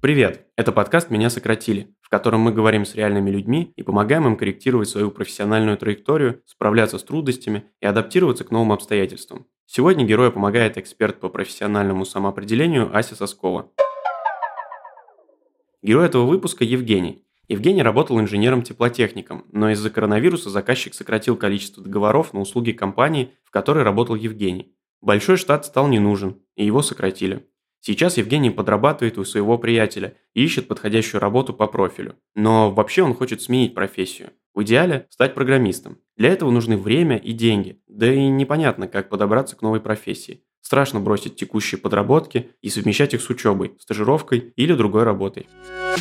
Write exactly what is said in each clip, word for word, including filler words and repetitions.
Привет! Это подкаст «Меня сократили», в котором мы говорим с реальными людьми и помогаем им корректировать свою профессиональную траекторию, справляться с трудностями и адаптироваться к новым обстоятельствам. Сегодня герою помогает эксперт по профессиональному самоопределению Ася Соскова. Герой этого выпуска – Евгений. Евгений работал инженером-теплотехником, но из-за коронавируса заказчик сократил количество договоров на услуги компании, в которой работал Евгений. Большой штат стал не нужен, и его сократили. Сейчас Евгений подрабатывает у своего приятеля и ищет подходящую работу по профилю. Но вообще он хочет сменить профессию. В идеале стать программистом. Для этого нужны время и деньги. Да и непонятно, как подобраться к новой профессии. Страшно бросить текущие подработки и совмещать их с учебой, стажировкой или другой работой.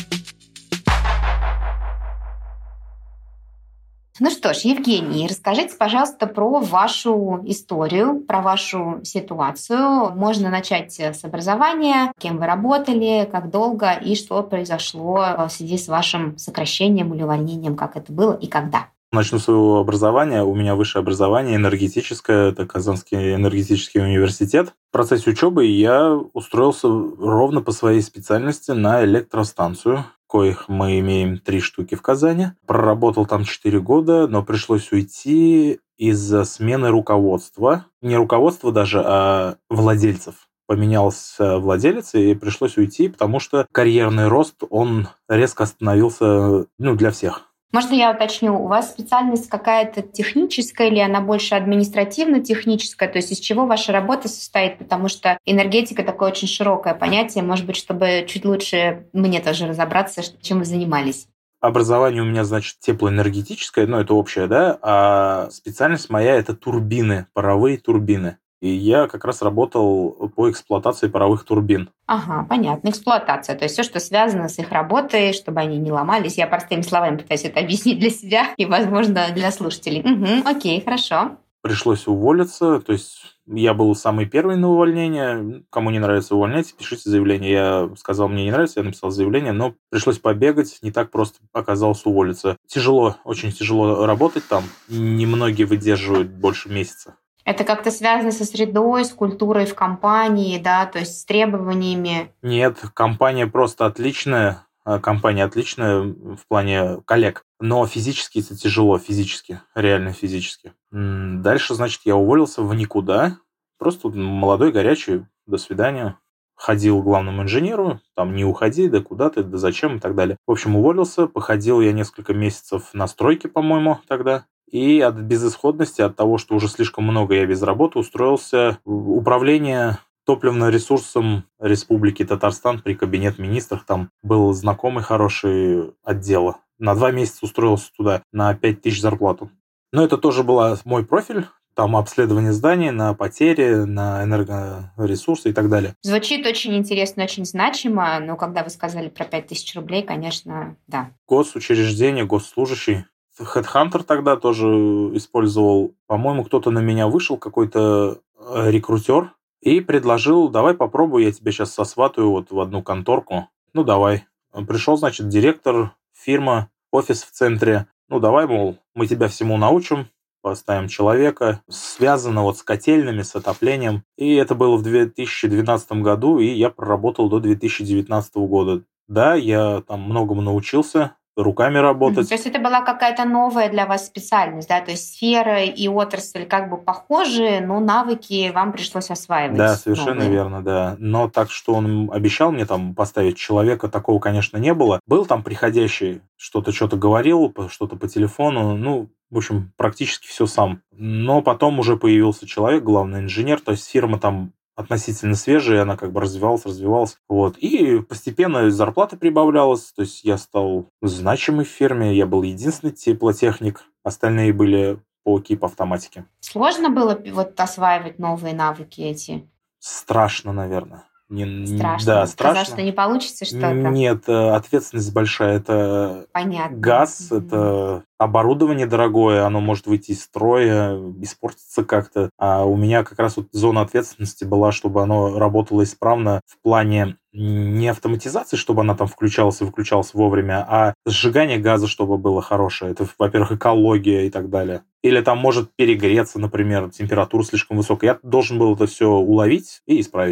Ну что ж, Евгений, расскажите, пожалуйста, про вашу историю, про вашу ситуацию. Можно начать с образования, кем вы работали, как долго и что произошло в связи с вашим сокращением или увольнением, как это было и когда. Начну с своего образования. У меня высшее образование энергетическое, это Казанский энергетический университет. В процессе учебы я устроился ровно по своей специальности на электростанцию, коих мы имеем три штуки в Казани. Проработал там четыре года, но пришлось уйти из-за смены руководства. Не руководства даже, а владельцев. Поменялся владелец, и пришлось уйти, потому что карьерный рост, он резко остановился, ну, для всех. Можно я уточню, у вас специальность какая-то техническая или она больше административно-техническая? То есть из чего ваша работа состоит? Потому что энергетика такое очень широкое понятие. Может быть, чтобы чуть лучше мне тоже разобраться, чем вы занимались. Образование у меня, значит, теплоэнергетическое, ну, это общее, да, а специальность моя – это турбины, паровые турбины. И я как раз работал по эксплуатации паровых турбин. Ага, понятно. Эксплуатация. То есть все, что связано с их работой, чтобы они не ломались. Я простыми словами пытаюсь это объяснить для себя и, возможно, для слушателей. Угу, окей, хорошо. Пришлось уволиться. То есть я был самый первый на увольнение. Кому не нравится, увольняйте, пишите заявление. Я сказал, мне не нравится, я написал заявление, но пришлось побегать. Не так просто оказалось уволиться. Тяжело, очень тяжело работать там. Немногие выдерживают больше месяца. Это как-то связано со средой, с культурой в компании, да, то есть с требованиями? Нет, компания просто отличная, компания отличная в плане коллег, но физически это тяжело, физически, реально физически. Дальше, значит, я уволился в никуда, просто молодой, горячий, до свидания. Ходил к главному инженеру, там не уходи, да куда ты, да зачем и так далее. В общем, уволился, походил я несколько месяцев на стройке, по-моему, тогда. И от безысходности, от того, что уже слишком много я без работы, устроился в управление топливным ресурсом Республики Татарстан при Кабинете министров. Там был знакомый хороший отдела. На два месяца устроился туда на пять тысяч зарплату. Но это тоже был мой профиль. Там обследование зданий на потери, на энергоресурсы и так далее. Звучит очень интересно, очень значимо, но когда вы сказали про пять тысяч рублей, конечно, да. Госучреждение, госслужащий. Headhunter тогда тоже использовал. По-моему, кто-то на меня вышел, какой-то рекрутер, и предложил, давай попробуй, я тебя сейчас сосватаю вот в одну конторку. Ну, давай. Пришел, значит, директор, фирма, офис в центре. Ну, давай, мол, мы тебя всему научим, поставим человека. Связано вот с котельными, с отоплением. И это было в две тысячи двенадцатом году, и я проработал до две тысячи девятнадцатого года. Да, я там многому научился, руками работать. То есть это была какая-то новая для вас специальность, да? То есть сфера и отрасль как бы похожи, но навыки вам пришлось осваивать. Да, совершенно новые. верно, да. Но так, что он обещал мне там поставить человека, такого, конечно, не было. Был там приходящий, что-то что-то говорил, что-то по телефону, ну, в общем, практически все сам. Но потом уже появился человек, главный инженер, то есть фирма там относительно свежая, она как бы развивалась, развивалась. Вот. И постепенно зарплата прибавлялась, то есть я стал значимый в фирме, я был единственный теплотехник, остальные были по кип-автоматике. Сложно было вот осваивать новые навыки эти? Страшно, наверное. Не, Страшно. Да, страшно. Сказал, что не получится что-то? Нет, ответственность большая. Это Понятно. газ, Mm-hmm. это оборудование дорогое, оно может выйти из строя, испортиться как-то. А у меня как раз вот зона ответственности была, чтобы оно работало исправно в плане не автоматизации, чтобы она там включалась и выключалась вовремя, а сжигание газа, чтобы было хорошее. Это, во-первых, экология и так далее. Или там может перегреться, например, температура слишком высокая. Я должен был это все уловить и исправить.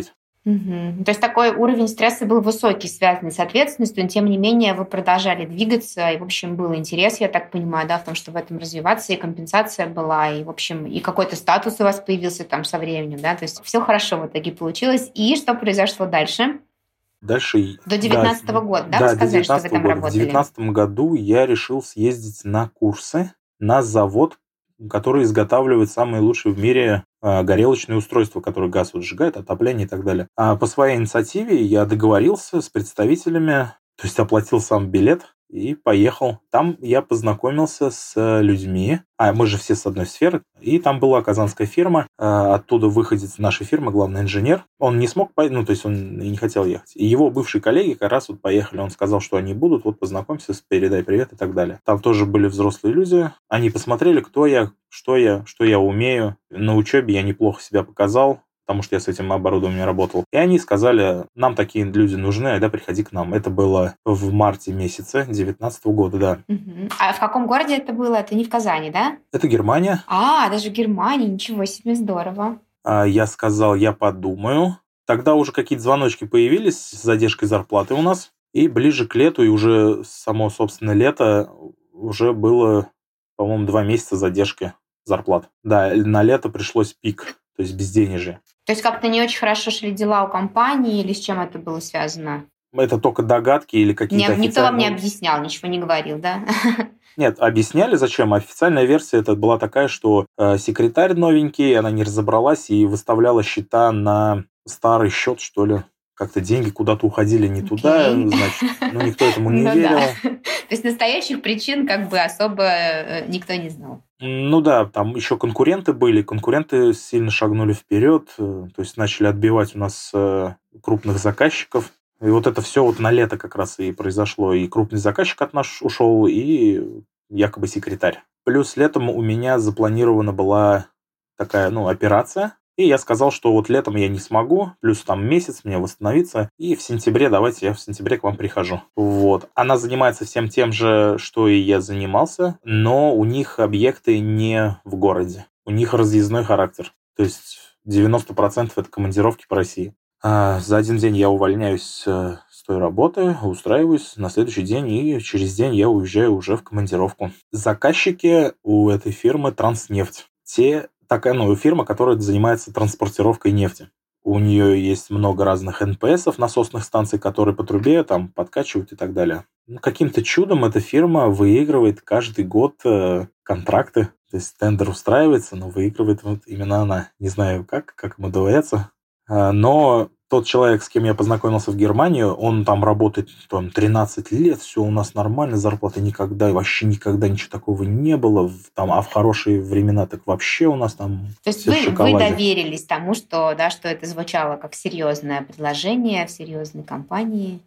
Угу. То есть такой уровень стресса был высокий, связанный с ответственностью, но тем не менее вы продолжали двигаться, и, в общем, был интерес, я так понимаю, да, в том, что в этом развиваться, и компенсация была, и, в общем, и какой-то статус у вас появился там со временем, да, то есть все хорошо в итоге получилось. И что произошло дальше? Дальше... До девятнадцатого да, года, да, да, вы сказали, что вы там года. работали? В девятнадцатом году я решил съездить на курсы на завод, который изготавливает самые лучшие в мире э, горелочные устройства, которые газ вот сжигает, отопление и так далее. А по своей инициативе я договорился с представителями, то есть оплатил сам билет и поехал. Там я познакомился с людьми, а мы же все с одной сферы, и там была казанская фирма, э, оттуда выходит нашей фирмы главный инженер. Он не смог поехать, ну, то есть он и не хотел ехать. И его бывшие коллеги как раз вот поехали, он сказал, что они будут, вот познакомься, передай привет и так далее. Там тоже были взрослые люди, они посмотрели, кто я, что я, что я умею. На учебе я неплохо себя показал, потому что я с этим оборудованием работал. И они сказали, нам такие люди нужны, айда приходи к нам. Это было в марте месяце девятнадцатого года, да. Угу. А в каком городе это было? Это не в Казани, да? Это Германия. А, даже в Германии, ничего себе, здорово. Я сказал, я подумаю. Тогда уже какие-то звоночки появились с задержкой зарплаты у нас. И ближе к лету, и уже само, собственно, лето, уже было, по-моему, два месяца задержки зарплат. Да, на лето пришлось пик, то есть безденежье. То есть как-то не очень хорошо шли дела у компании, или с чем это было связано? Это только догадки или какие-то не, официальные... Никто вам не объяснял, ничего не говорил, да? Нет, объясняли зачем. Официальная версия это была такая, что э, секретарь новенький, она не разобралась и выставляла счета на старый счет, что ли. Как-то деньги куда-то уходили не okay. туда, значит, ну, никто этому не верил. То есть настоящих причин как бы особо никто не знал. Ну да, там еще конкуренты были, конкуренты сильно шагнули вперед, то есть начали отбивать у нас крупных заказчиков. И вот это все вот на лето как раз и произошло. И крупный заказчик от нас ушел, и якобы секретарь. Плюс летом у меня запланирована была такая, ну, операция. И я сказал, что вот летом я не смогу, плюс там месяц мне восстановиться, и в сентябре давайте я в сентябре к вам прихожу. Вот. Она занимается всем тем же, что и я занимался, но у них объекты не в городе. У них разъездной характер. То есть девяносто процентов это командировки по России. А за один день я увольняюсь с той работы, устраиваюсь на следующий день, и через день я уезжаю уже в командировку. Заказчики у этой фирмы Транснефть. Те такая, ну, фирма, которая занимается транспортировкой нефти. У нее есть много разных эн пэ эсов, насосных станций, которые по трубе там подкачивают и так далее. Ну, каким-то чудом эта фирма выигрывает каждый год э, контракты. То есть тендер устраивается, но выигрывает вот именно она. Не знаю как, как ему удается. Э, но тот человек, с кем я познакомился в Германии, он там работает там, тринадцать лет, все у нас нормально, зарплаты никогда, вообще никогда ничего такого не было. Там, а в хорошие времена так вообще у нас там То есть вы, вы доверились тому, что, да, что это звучало как серьезное предложение в серьезной компании?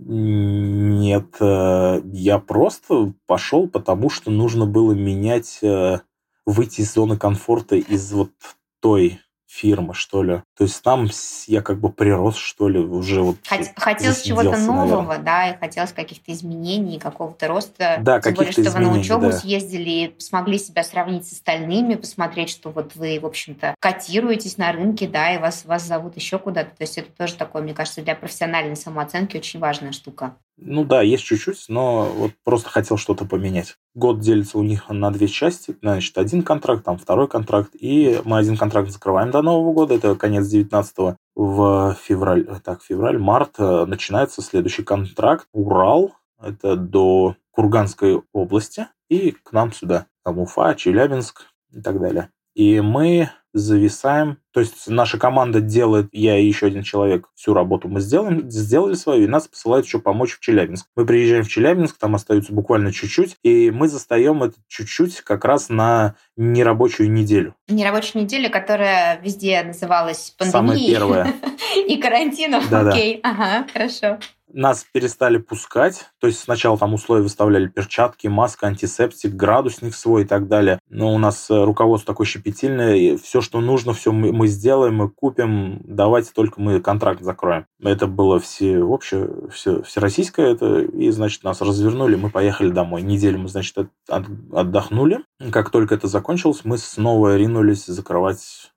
Нет, я просто пошел, потому что нужно было менять, выйти из зоны комфорта, из вот той фирмы, что ли. То есть там я как бы прирос, что ли, уже вот Хот- Хотелось чего-то нового, наверное. Да, и хотелось каких-то изменений, какого-то роста. Да, Тем более, что вы на учебу да. съездили, смогли себя сравнить с остальными, посмотреть, что вот вы, в общем-то, котируетесь на рынке, да, и вас, вас зовут еще куда-то. То есть это тоже такое, мне кажется, для профессиональной самооценки очень важная штука. Ну да, есть чуть-чуть, но вот просто хотел что-то поменять. Год делится у них на две части. Значит, один контракт, там второй контракт. И мы один контракт закрываем до Нового года. Это конец девятнадцатого. В февраль, так, февраль-март начинается следующий контракт. Урал. Это до Курганской области. И к нам сюда. Там Уфа, Челябинск и так далее. И мы зависаем. То есть наша команда делает, я и еще один человек, всю работу мы сделаем, сделали свою, и нас посылают еще помочь в Челябинск. Мы приезжаем в Челябинск, там остается буквально чуть-чуть, и мы застаем это чуть-чуть как раз на нерабочую неделю. Нерабочая неделя, которая везде называлась пандемией. Самая первая. И карантином. Окей, ага, хорошо. Нас перестали пускать, то есть сначала там условия выставляли перчатки, маска, антисептик, градусник свой и так далее. Но у нас руководство такое щепетильное, все, что нужно, все мы, мы сделаем, мы купим, давайте только мы контракт закроем. Это было всеобщее, все, всероссийское, это, и, значит, нас развернули, мы поехали домой. Неделю мы, значит, от, отдохнули. Как только это закончилось, мы снова ринулись закрывать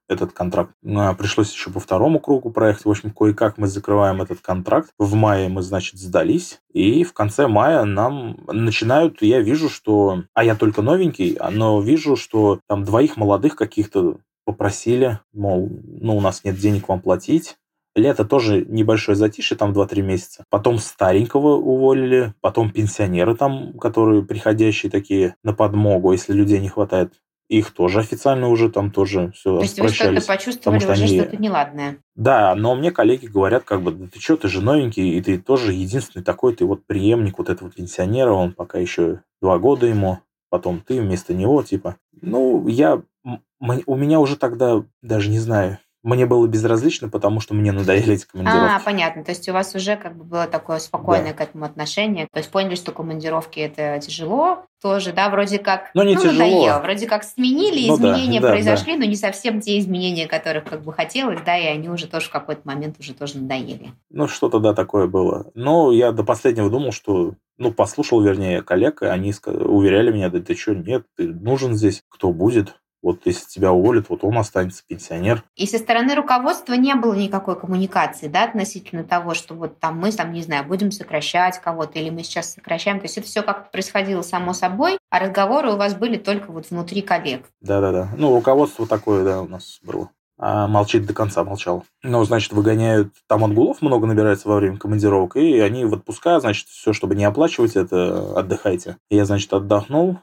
этот контракт. А, пришлось еще по второму кругу проехать. В общем, кое-как мы закрываем этот контракт. В мае мы, значит, сдались. И в конце мая нам начинают, я вижу, что... А я только новенький, но вижу, что там двоих молодых каких-то попросили, мол, ну, у нас нет денег вам платить. Лето тоже небольшое затишье, там два-три месяца. Потом старенького уволили, потом пенсионеры там, которые приходящие такие на подмогу, если людей не хватает. Их тоже официально уже там тоже все То есть вы что-то распрощались. почувствовали потому что уже они- что-то неладное. Да, но мне коллеги говорят, как бы, да ты что, ты же новенький, и ты тоже единственный такой, ты вот преемник вот этого пенсионера, он пока еще два года ему, потом ты вместо него, типа. Ну, я, м- м- у меня уже тогда, даже не знаю, мне было безразлично, потому что мне надоели эти командировки. А, понятно. То есть у вас уже как бы было такое спокойное к этому отношение. То есть поняли, что командировки это тяжело тоже, да, вроде как, Ну, не ну, тяжело. надоело. Вроде как сменили, Ну да, изменения да, произошли, но не совсем те изменения, которых как бы хотелось, да, и они уже тоже в какой-то момент уже тоже надоели. Ну, что-то, да, такое было. Но я до последнего думал, что... Ну, послушал, вернее, коллег, и они ска- уверяли меня, да ты что, нет, ты нужен здесь, кто будет. Вот если тебя уволят, вот он останется, пенсионер. И со стороны руководства не было никакой коммуникации, да, относительно того, что вот там мы, там, не знаю, будем сокращать кого-то, или мы сейчас сокращаем. То есть это все как-то происходило само собой, а разговоры у вас были только вот внутри коллег. Да-да-да. Ну, руководство такое, да, у нас было. А молчит до конца, молчал. Ну, значит, выгоняют... Там отгулов много набирается во время командировок, и они в отпуска, значит, все, чтобы не оплачивать это, отдыхайте. Я, значит, отдохнул,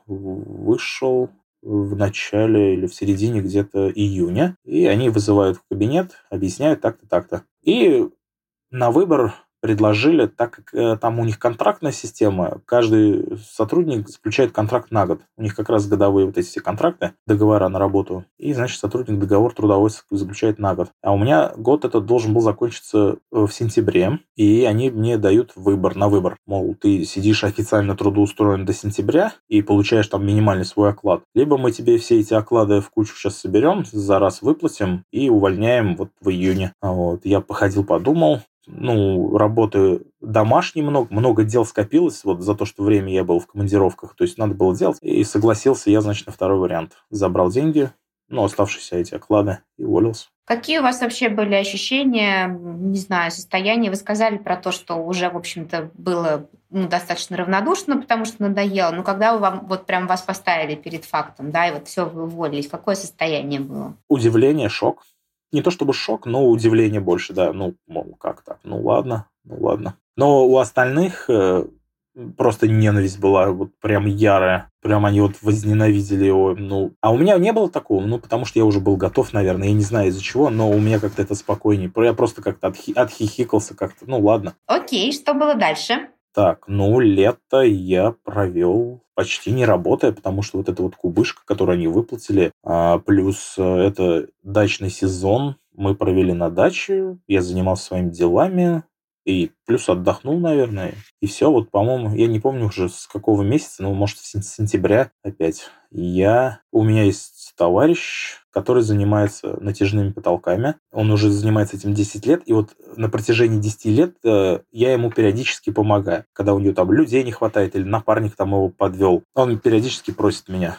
вышел в начале или в середине где-то июня, и они вызывают в кабинет, объясняют так-то, так-то. И на выбор предложили, так как э, там у них контрактная система, каждый сотрудник заключает контракт на год. У них как раз годовые вот эти все контракты, договора на работу. И, значит, сотрудник договор трудовой заключает на год. А у меня год этот должен был закончиться в сентябре, и они мне дают выбор на выбор. Мол, ты сидишь официально трудоустроен до сентября и получаешь там минимальный свой оклад. Либо мы тебе все эти оклады в кучу сейчас соберем, за раз выплатим и увольняем вот в июне. Вот. Я походил, подумал. Ну, работы домашней много, много дел скопилось вот за то, что время я был в командировках, то есть надо было делать. И согласился я, значит, на второй вариант. Забрал деньги, ну, оставшиеся эти оклады и уволился. Какие у вас вообще были ощущения, не знаю, состояние? Вы сказали про то, что уже, в общем-то, было ну, достаточно равнодушно, потому что надоело. Но когда вы вам, вот прям вас поставили перед фактом, да, и вот все, вы уволились, какое состояние было? Удивление, шок. Не то чтобы шок, но удивление больше, да. Ну, мол, как так? Ну, ладно, ну, ладно. Но у остальных э, просто ненависть была вот прям ярая. Прям они вот возненавидели его. Ну, а у меня не было такого, ну, потому что я уже был готов, наверное. Я не знаю из-за чего, но у меня как-то это спокойнее. Я просто как-то отхи- отхихикался как-то. Ну, ладно. Окей, что было дальше? Так, ну, лето я провел почти не работая, потому что вот эта вот кубышка, которую они выплатили, а, плюс э, это дачный сезон, мы провели на даче, я занимался своими делами, и плюс отдохнул, наверное, и все. Вот, по-моему, я не помню уже с какого месяца, но, может, с сентября опять. Я... У меня есть товарищ, который занимается натяжными потолками. Он уже занимается этим десять лет, и вот на протяжении десяти лет э, я ему периодически помогаю. Когда у него там людей не хватает, или напарник там его подвел, он периодически просит меня.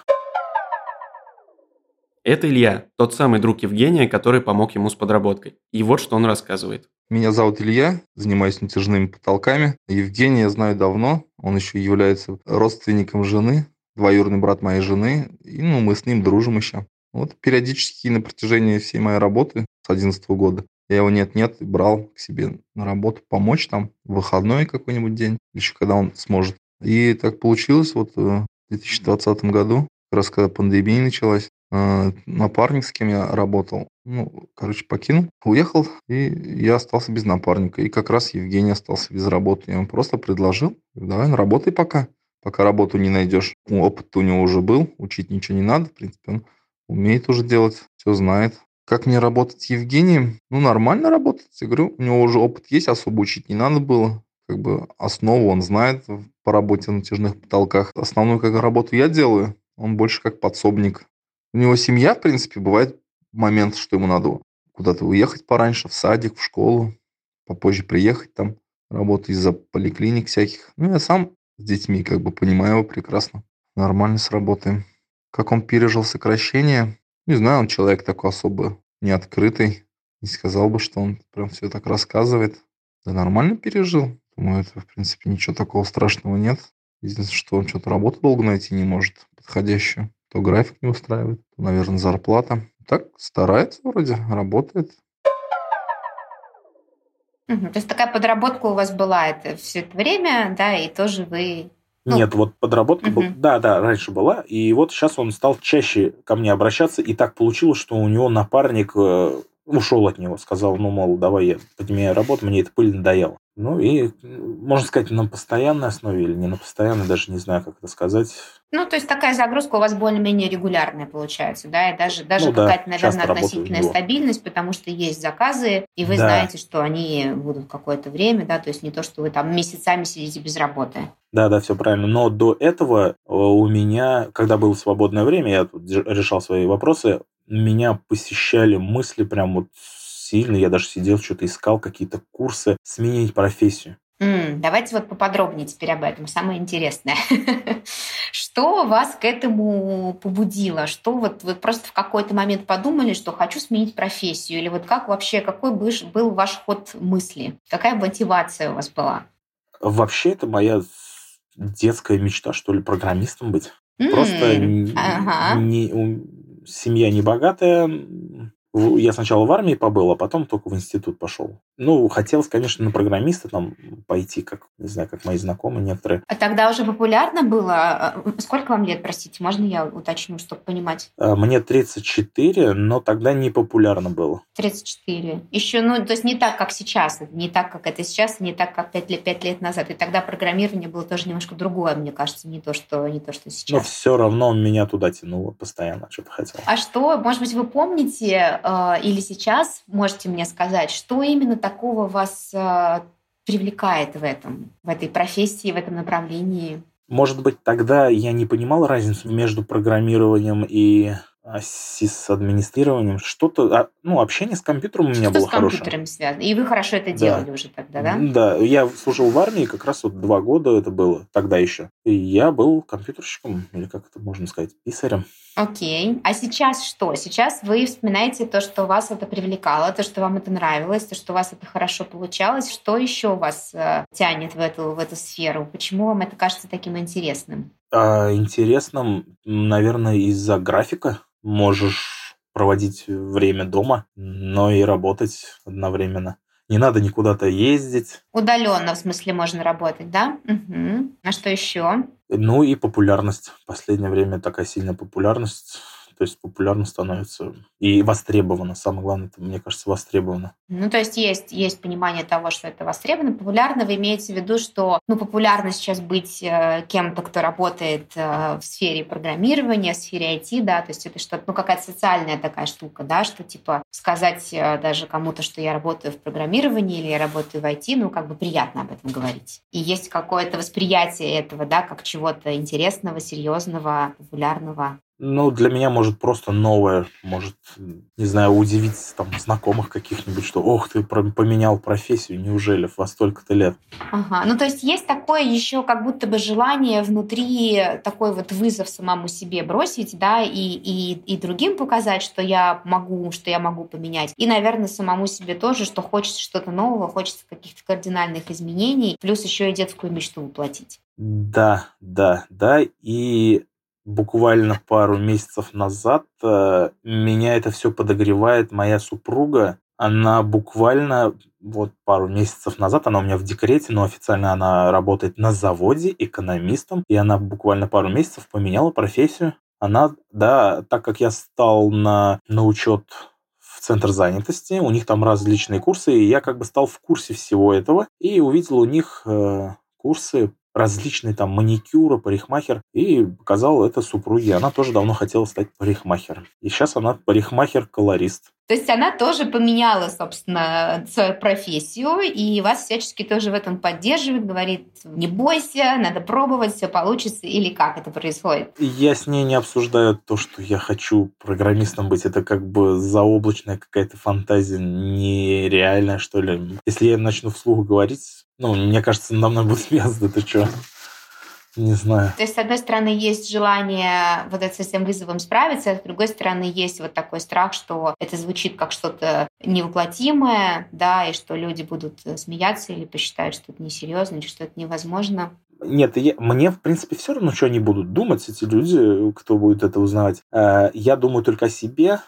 Это Илья, тот самый друг Евгения, который помог ему с подработкой. И вот что он рассказывает. Меня зовут Илья, занимаюсь натяжными потолками. Евгения я знаю давно, он еще является родственником жены, двоюродный брат моей жены, и ну, мы с ним дружим еще. Вот периодически на протяжении всей моей работы с одиннадцатого года я его нет-нет брал к себе на работу помочь там в выходной какой-нибудь день, еще когда он сможет. И так получилось вот в две тысячи двадцатом году, как раз когда пандемия началась, э, напарник, с кем я работал, ну, короче, покинул, уехал, и я остался без напарника. И как раз Евгений остался без работы. Я ему просто предложил, давай, ну, работай пока, пока работу не найдешь. Ну, опыт у него уже был, учить ничего не надо, в принципе, он умеет уже делать, все знает. Как мне работать с Евгением? Ну, нормально работать. Я говорю, у него уже опыт есть, особо учить не надо было. Как бы основу он знает по работе на натяжных потолках. Основную как работу я делаю, он больше как подсобник. У него семья, в принципе, бывает момент, что ему надо куда-то уехать пораньше, в садик, в школу, попозже приехать там, работать из-за поликлиник всяких. Ну, я сам с детьми как бы понимаю его прекрасно. Нормально сработаем. Как он пережил сокращение? Не знаю, он человек такой особо не открытый. Не сказал бы, что он прям все так рассказывает. Да нормально пережил. Думаю, это, в принципе, ничего такого страшного нет. Единственное, что он что-то работу долго найти не может подходящую. То график не устраивает, то, наверное, зарплата. Так, старается вроде, работает. Мгм. То есть такая подработка у вас была это все это время, да, и тоже вы... Ну, Нет, вот подработка была, мгм. да, да, раньше была, и вот сейчас он стал чаще ко мне обращаться, и так получилось, что у него напарник э, ушел от него, сказал, ну, мол, давай я подменяю работу, мне эта пыль надоела. Ну, и, м, можно сказать, на постоянной основе или не на постоянной, даже не знаю, как это сказать. Ну, то есть такая загрузка у вас более-менее регулярная получается, да, и даже, даже Ну да, какая-то, наверное, часто работаю в относительная него. стабильность, потому что есть заказы, и вы Да, знаете, что они будут какое-то время, да, то есть не то, что вы там месяцами сидите без работы. да, да, все правильно. Но до этого э, у меня, когда было свободное время, я тут дж- решал свои вопросы, меня посещали мысли прям вот сильно, я даже сидел, что-то искал, какие-то курсы, сменить профессию. М, давайте вот поподробнее теперь об этом, самое интересное. Что вас к этому побудило? Что вот вы просто в какой-то момент подумали, что хочу сменить профессию? Или вот как вообще, какой бы ш- был ваш ход мысли? Какая мотивация у вас была? Вообще, это моя детская мечта, что ли, программистом быть. Просто М, н- ага. не, у- семья небогатая. м, в- Я сначала в армии побыл, а потом только в институт пошел. Ну, хотелось, конечно, на программиста там пойти, как, не знаю, как мои знакомые некоторые. А тогда уже популярно было? А, сколько вам лет, простите? Можно я уточню, чтобы понимать? А, Мне тридцать четыре, но тогда не популярно было. тридцать четыре. Еще, ну, то есть не так, как сейчас, не так, как это сейчас, не так, как пять лет, пять лет назад. И тогда программирование было тоже немножко другое, мне кажется, не то, что, не то, что Но сейчас. все равно меня туда тянуло постоянно, что-то хотел. А что, может быть, вы помните э, или сейчас можете мне сказать, что именно такого вас э, привлекает в этом, в этой профессии, в этом направлении? Может быть, тогда я не понимал разницу между программированием и а, сис-администрированием. Что-то, а, ну, общение с компьютером у меня Что-то было с хорошее. компьютерами связано. И вы хорошо это Да. делали уже тогда, да? М, Да, я служил в армии, как раз вот два года это было, тогда еще. И я был компьютерщиком, или как это можно сказать, писарем. Окей. А сейчас что? Сейчас вы вспоминаете то, что вас это привлекало, то, что вам это нравилось, то, что у вас это хорошо получалось. Что еще вас э, тянет в эту, в эту сферу? Почему вам это кажется таким интересным? А интересно, м, наверное, из-за графика. Можешь проводить время дома, но и работать одновременно. Не надо никуда-то ездить. Удаленно, в смысле, можно работать, да? Мгм. А что еще? Ну и популярность. В последнее время такая сильная популярность. То есть популярно становится и востребовано. Самое главное, это, мне кажется, востребовано. Ну, то есть есть, есть понимание того, что это востребовано, популярно. Вы имеете в виду, что ну, популярно сейчас быть э, кем-то, кто работает э, в сфере программирования, в сфере ай ти, да, то есть это что-то, ну, какая-то социальная такая штука, да, что типа сказать э, даже кому-то, что я работаю в программировании или я работаю в ай ти, ну, как бы приятно об этом говорить. И есть какое-то восприятие этого, да, как чего-то интересного, серьезного, популярного. Ну, для меня, может, просто новое, может, не знаю, удивить там знакомых каких-нибудь, что, ох, ты про- поменял профессию, неужели во столько-то лет? Ага. Ну, то есть есть такое еще как будто бы желание внутри, такой вот вызов самому себе бросить, да, и, и, и другим показать, что я могу, что я могу поменять. И, наверное, самому себе тоже, что хочется что-то нового, хочется каких-то кардинальных изменений, плюс еще и детскую мечту воплотить. Да, да, да, и буквально пару месяцев назад э, меня это все подогревает моя супруга. Она буквально вот пару месяцев назад, она у меня в декрете, но официально она работает на заводе экономистом, и она буквально пару месяцев поменяла профессию. Она, да, так как я стал на, на учет в центр занятости, у них там различные курсы, и я как бы стал в курсе всего этого, и увидел у них э, курсы различные там маникюры, парикмахер, и показал это супруге. Она тоже давно хотела стать парикмахером. И сейчас она парикмахер-колорист. То есть она тоже поменяла, собственно, свою профессию, и вас всячески тоже в этом поддерживает, говорит, не бойся, надо пробовать, все получится, или как это происходит? Я с ней не обсуждаю то, что я хочу программистом быть. Это как бы заоблачная какая-то фантазия, нереальная, что ли. Если я начну вслух говорить, ну, мне кажется, надо мной будут смеяться, да ты что? не знаю. То есть, с одной стороны, есть желание вот с этим вызовом справиться, а с другой стороны, есть вот такой страх, что это звучит как что-то невоплотимое, да, и что люди будут смеяться или посчитают, что это несерьезно, или что это невозможно. Нет, я, мне, в принципе, все равно, что они будут думать, эти люди, кто будет это узнавать. Я думаю только о себе.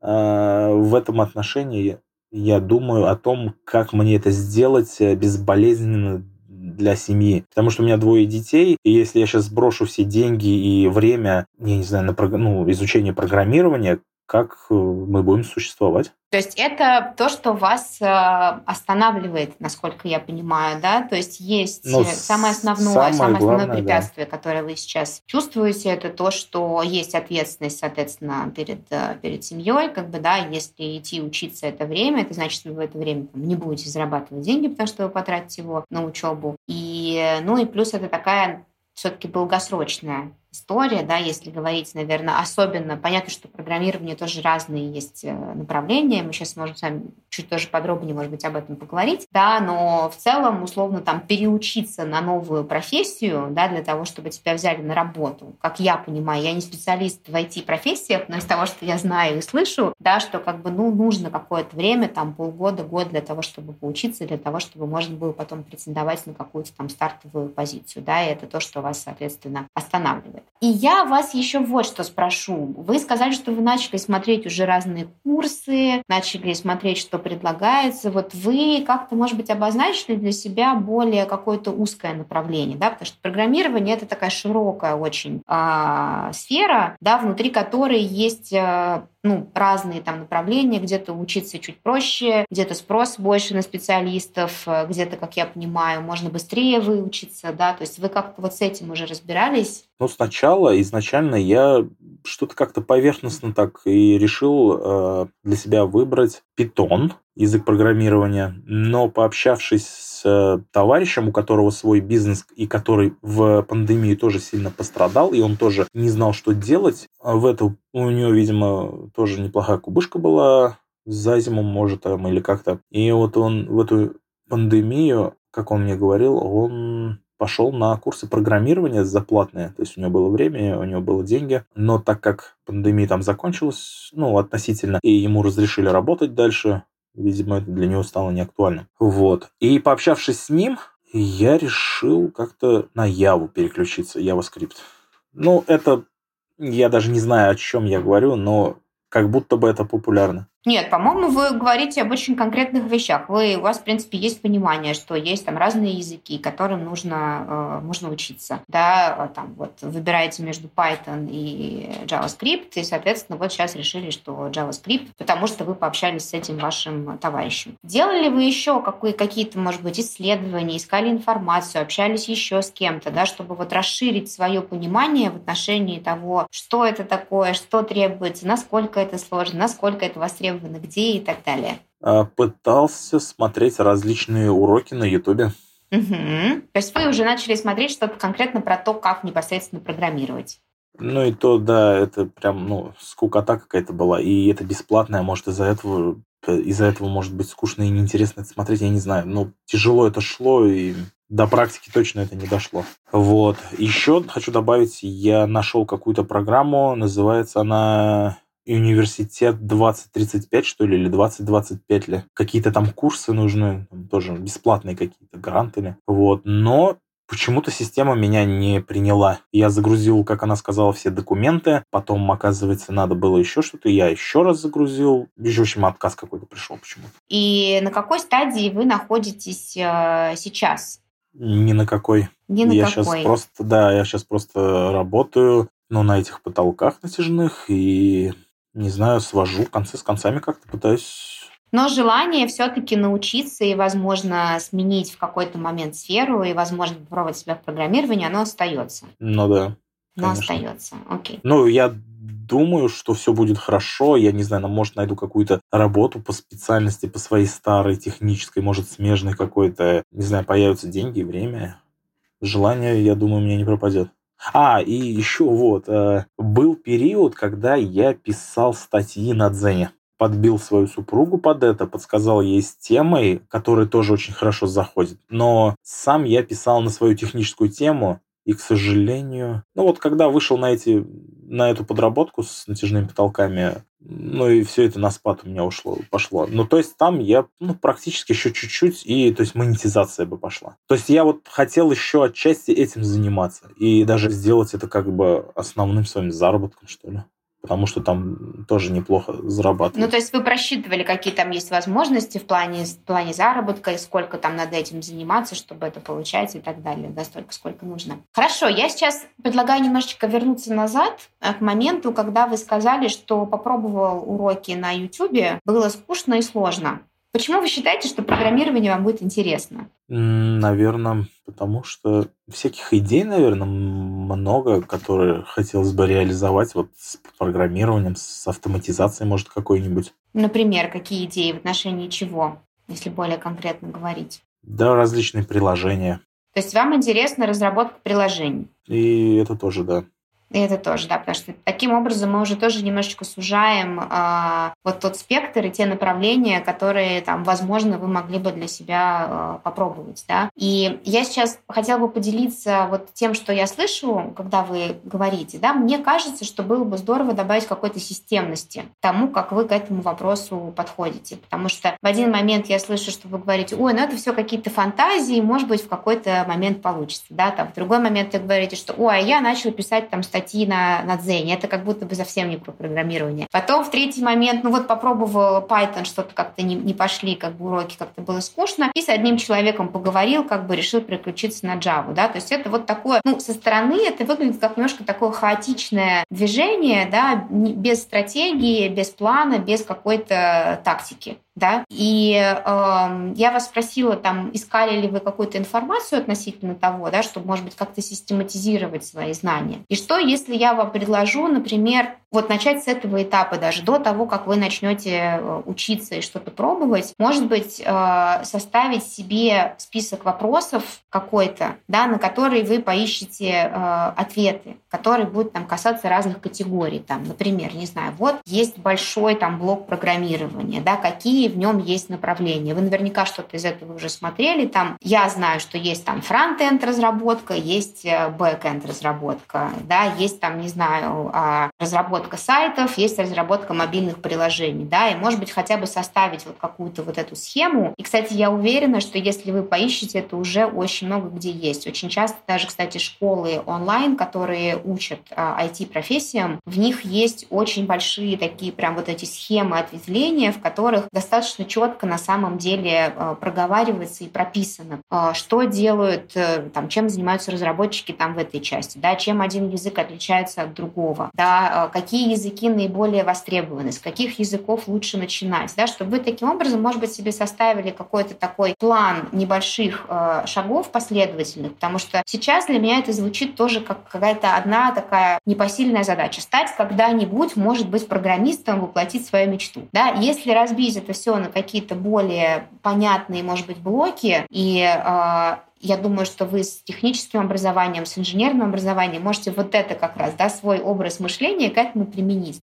В этом отношении я думаю о том, как мне это сделать безболезненно для семьи. Потому что у меня двое детей, и если я сейчас брошу все деньги и время, я не знаю, на ну, изучение программирования, как мы будем существовать? То есть это то, что вас останавливает, насколько я понимаю, да? То есть есть ну, самое основное, самое, самое основное главное, препятствие, да. которое вы сейчас чувствуете, это то, что есть ответственность, соответственно, перед, перед семьей, как бы, да, если идти учиться это время, это значит, что вы в это время там, не будете зарабатывать деньги, потому что вы потратите его на учебу. И, ну и плюс это такая все-таки долгосрочная история, да, если говорить, наверное, особенно, понятно, что программирование тоже разные есть направления, мы сейчас можем с вами чуть тоже подробнее, может быть, об этом поговорить, да, но в целом, условно, там, переучиться на новую профессию, да, для того, чтобы тебя взяли на работу, как я понимаю, я не специалист в ай ти-профессиях, но из того, что я знаю и слышу, да, что как бы, ну, нужно какое-то время, там, полгода, год для того, чтобы поучиться, для того, чтобы можно было потом претендовать на какую-то там стартовую позицию, да, и это то, что вас, соответственно, останавливает. И я вас еще вот что спрошу. Вы сказали, что вы начали смотреть уже разные курсы, начали смотреть, что предлагается. Вот вы как-то, может быть, обозначили для себя более какое-то узкое направление, да, потому что программирование — это такая широкая очень э, сфера, да, внутри которой есть э, ну, разные там направления, где-то учиться чуть проще, где-то спрос больше на специалистов, где-то, как я понимаю, можно быстрее выучиться, да, то есть вы как-то вот с этим уже разбирались? Ну, сначала, изначально я что-то как-то поверхностно так и решил э, для себя выбрать Python, язык программирования, но пообщавшись с э, товарищем, у которого свой бизнес и который в пандемии тоже сильно пострадал, и он тоже не знал, что делать, в эту у него, видимо, тоже неплохая кубышка была за зиму, может, там, или как-то. И вот он в эту пандемию, как он мне говорил, он пошел на курсы программирования заплатные, то есть у него было время, у него было деньги, но так как пандемия там закончилась, ну, относительно, и ему разрешили работать дальше, видимо, это для него стало неактуальным. Вот. И пообщавшись с ним, я решил как-то на Яву переключиться, JavaScript. Ну, это, я даже не знаю, о чем я говорю, но как будто бы это популярно. Нет, по-моему, вы говорите об очень конкретных вещах. Вы, у вас, в принципе, есть понимание, что есть там разные языки, которым нужно, э, нужно учиться. Да, там вот выбираете между Python и JavaScript, и, соответственно, вот сейчас решили, что JavaScript, потому что вы пообщались с этим вашим товарищем. Делали вы еще какие- какие-то, может быть, исследования, искали информацию, общались еще с кем-то, да, чтобы вот расширить свое понимание в отношении того, что это такое, что требуется, насколько это сложно, насколько это востребовано, где и так далее? Пытался смотреть различные уроки на Ютубе. Угу. То есть вы уже начали смотреть что-то конкретно про то, как непосредственно программировать? Ну и то, да, это прям, ну, скукота какая-то была. И это бесплатное, может, из-за этого, из-за этого может быть скучно и неинтересно это смотреть, я не знаю. Но тяжело это шло, и до практики точно это не дошло. Вот. Еще хочу добавить, я нашел какую-то программу, называется она Университет двадцать тридцать пять, что ли, или двадцать двадцать пять ли. Какие-то там курсы нужны, там тоже бесплатные какие-то, гранты. Вот. Но почему-то система меня не приняла. Я загрузил, как она сказала, все документы. Потом, оказывается, надо было еще что-то. Я еще раз загрузил. Еще, в общем, отказ какой-то пришел почему-то. И на какой стадии вы находитесь э, сейчас? Ни на какой. Ни на я какой. Сейчас просто, да, я сейчас просто работаю, ну, на этих потолках натяжных и... Не знаю, свожу концы с концами как-то, пытаюсь. Но желание все-таки научиться и, возможно, сменить в какой-то момент сферу и, возможно, попробовать себя в программировании, оно остается. Ну да. Но конечно. остается. Окей. Ну, я думаю, что все будет хорошо. Я не знаю, может, найду какую-то работу по специальности, по своей старой технической, может, смежной какой-то. Не знаю, появятся деньги, время. Желание, я думаю, у меня не пропадет. А, и еще вот, э, был период, когда я писал статьи на Дзене. Подбил свою супругу под это, подсказал ей с темой, которая тоже очень хорошо заходит. Но сам я писал на свою техническую тему, И, к сожалению, ну вот когда вышел на эти, на эту подработку с натяжными потолками, ну и все это на спад у меня ушло, пошло. Ну, то есть там я ну, практически еще чуть-чуть, и то есть монетизация бы пошла. То есть я вот хотел еще отчасти этим заниматься и даже сделать это как бы основным своим заработком, что ли. Потому что там тоже неплохо зарабатывают. Ну, то есть вы просчитывали, какие там есть возможности в плане, в плане заработка, и сколько там надо этим заниматься, чтобы это получать и так далее, да, столько, сколько нужно. Хорошо, я сейчас предлагаю немножечко вернуться назад к моменту, когда вы сказали, что попробовал уроки на YouTube, было скучно и сложно. Почему вы считаете, что программирование вам будет интересно? Наверное, потому что всяких идей, наверное, много, которые хотелось бы реализовать вот с программированием, с автоматизацией, может, какой-нибудь. Например, какие идеи в отношении чего, если более конкретно говорить? Да, различные приложения. То есть вам интересна разработка приложений? И это тоже, да. И это тоже, да, потому что таким образом мы уже тоже немножечко сужаем э, вот тот спектр и те направления, которые, там, возможно, вы могли бы для себя э, попробовать, да. И я сейчас хотела бы поделиться вот тем, что я слышу, когда вы говорите, да. Мне кажется, что было бы здорово добавить какой-то системности тому, как вы к этому вопросу подходите, потому что в один момент я слышу, что вы говорите, ой, ну это все какие-то фантазии, может быть, в какой-то момент получится, да, там. В другой момент вы говорите, что, ой, а я начал писать там статьи на, на Дзене. Это как будто бы совсем не про программирование. Потом в третий момент, ну вот попробовал Python, что-то как-то не, не пошли, как бы уроки как-то было скучно. И с одним человеком поговорил, как бы решил переключиться на Java, да, то есть это вот такое, ну, со стороны это выглядит как немножко такое хаотичное движение, да, без стратегии, без плана, без какой-то тактики. Да? И э, я вас спросила, там, искали ли вы какую-то информацию относительно того, да, чтобы, может быть, как-то систематизировать свои знания. И что, если я вам предложу, например, вот начать с этого этапа даже, до того, как вы начнете учиться и что-то пробовать, может быть, э, составить себе список вопросов какой-то, да, на который вы поищете э, ответы, которые будут там, касаться разных категорий. Там, например, не знаю, вот есть большой там, блок программирования, да, какие в нем есть направления. Вы наверняка что-то из этого уже смотрели. Там, я знаю, что есть там фронт-энд разработка, есть бэк-энд разработка, да, есть там, не знаю, разработка сайтов, есть разработка мобильных приложений, да, и, может быть, хотя бы составить вот какую-то вот эту схему. И, кстати, я уверена, что если вы поищете, это уже очень много где есть. Очень часто даже, кстати, школы онлайн, которые учат ай ти-профессиям, в них есть очень большие такие прям вот эти схемы ответвления, в которых достаточно четко на самом деле проговаривается и прописано, что делают, там, чем занимаются разработчики там в этой части, да, чем один язык отличается от другого, да, какие языки наиболее востребованы, с каких языков лучше начинать, да, чтобы вы таким образом, может быть, себе составили какой-то такой план небольших э, шагов последовательных, потому что сейчас для меня это звучит тоже как какая-то одна такая непосильная задача — стать когда-нибудь, может быть, программистом, воплотить свою мечту, да, если разбить это все на какие-то более понятные, может быть, блоки, и э, я думаю, что вы с техническим образованием, с инженерным образованием можете вот это как раз, да, свой образ мышления к этому применить.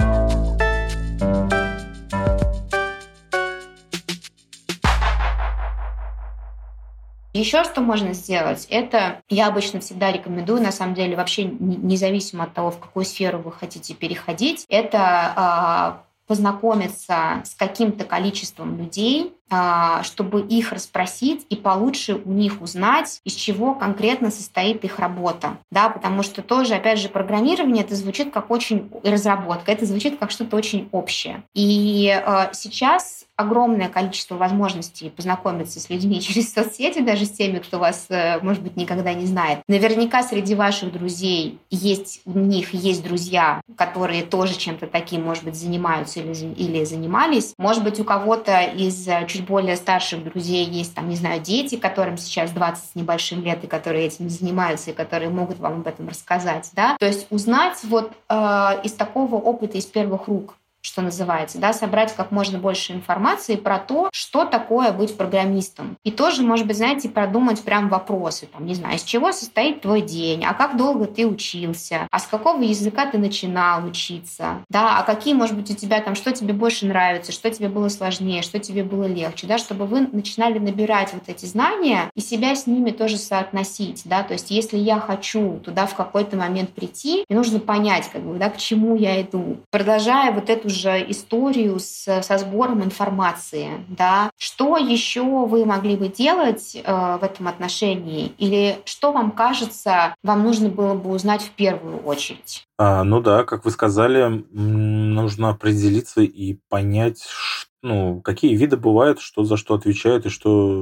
Еще что можно сделать, это я обычно всегда рекомендую, на самом деле, вообще независимо от того, в какую сферу вы хотите переходить, это познакомиться с каким-то количеством людей, чтобы их расспросить и получше у них узнать, из чего конкретно состоит их работа. Да, потому что тоже, опять же, программирование, это звучит как очень... разработка, это звучит как что-то очень общее. И э, сейчас огромное количество возможностей познакомиться с людьми через соцсети, даже с теми, кто вас, э, может быть, никогда не знает. Наверняка среди ваших друзей есть, у них есть друзья, которые тоже чем-то таким, может быть, занимаются или, или занимались. Может быть, у кого-то из чуть более старших друзей есть, там, не знаю, дети, которым сейчас двадцать с небольшим лет, и которые этим занимаются, и которые могут вам об этом рассказать, да. То есть узнать вот э, из такого опыта, из первых рук, что называется, да, собрать как можно больше информации про то, что такое быть программистом. И тоже, может быть, знаете, продумать прям вопросы, там, не знаю, из чего состоит твой день, а как долго ты учился, а с какого языка ты начинал учиться, да, а какие, может быть, у тебя там, что тебе больше нравится, что тебе было сложнее, что тебе было легче, да, чтобы вы начинали набирать вот эти знания и себя с ними тоже соотносить, да, то есть если я хочу туда в какой-то момент прийти, мне нужно понять, как бы, да, к чему я иду. Продолжая вот эту же историю с, со сбором информации, да, что еще вы могли бы делать э, в этом отношении, или что вам кажется, вам нужно было бы узнать в первую очередь? А, ну да, как вы сказали, м, нужно определиться и понять, ш- ну, какие виды бывают, что за что отвечают и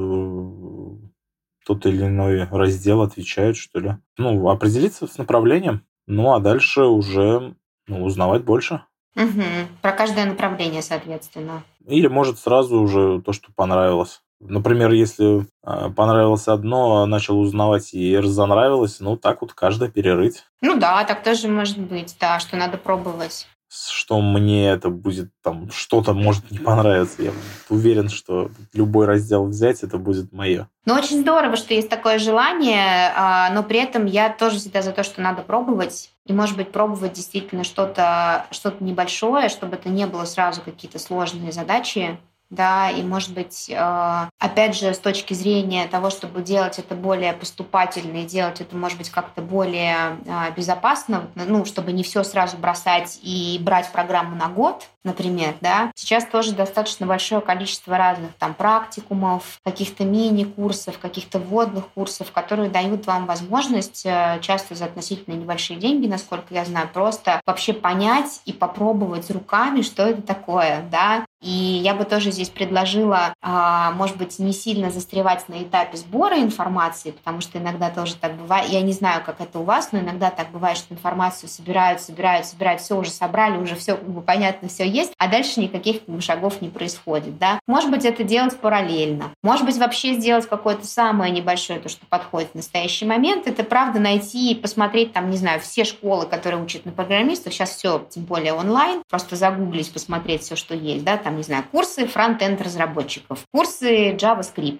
что э, тот или иной раздел отвечает, что ли. Ну, определиться с направлением, ну а дальше уже ну, узнавать больше. Угу. Про каждое направление, соответственно. Или, может, сразу уже то, что понравилось. Например, если э, понравилось одно, а начал узнавать и разонравилось, ну, так вот каждое перерыть. Ну да, так тоже может быть, да, что надо пробовать. Что мне это будет, там, что-то может не понравиться. Я уверен, что любой раздел взять, это будет мое. Ну, очень здорово, что есть такое желание, а, но при этом я тоже всегда за то, что надо пробовать. И, может быть, пробовать действительно что-то, что-то небольшое, чтобы это не было сразу какие-то сложные задачи. Да, и, может быть, опять же, с точки зрения того, чтобы делать это более поступательно и делать это, может быть, как-то более безопасно, ну, чтобы не все сразу бросать и брать программу на год, например, да. Сейчас тоже достаточно большое количество разных там практикумов, каких-то мини-курсов, каких-то вводных курсов, которые дают вам возможность, часто за относительно небольшие деньги, насколько я знаю, просто вообще понять и попробовать руками, что это такое, да. И я бы тоже здесь предложила, может быть, не сильно застревать на этапе сбора информации, потому что иногда тоже так бывает. Я не знаю, как это у вас, но иногда так бывает, что информацию собирают, собирают, собирают, все уже собрали, уже все как бы понятно, все есть, а дальше никаких шагов не происходит. Да? Может быть, это делать параллельно. Может быть, вообще сделать какое-то самое небольшое, то, что подходит в настоящий момент. Это, правда, найти и посмотреть, там, не знаю, все школы, которые учат на программистов. Сейчас все, тем более онлайн. Просто загуглить, посмотреть все, что есть. Да? Там, не знаю, курсы фронт-энд разработчиков, курсы JavaScript.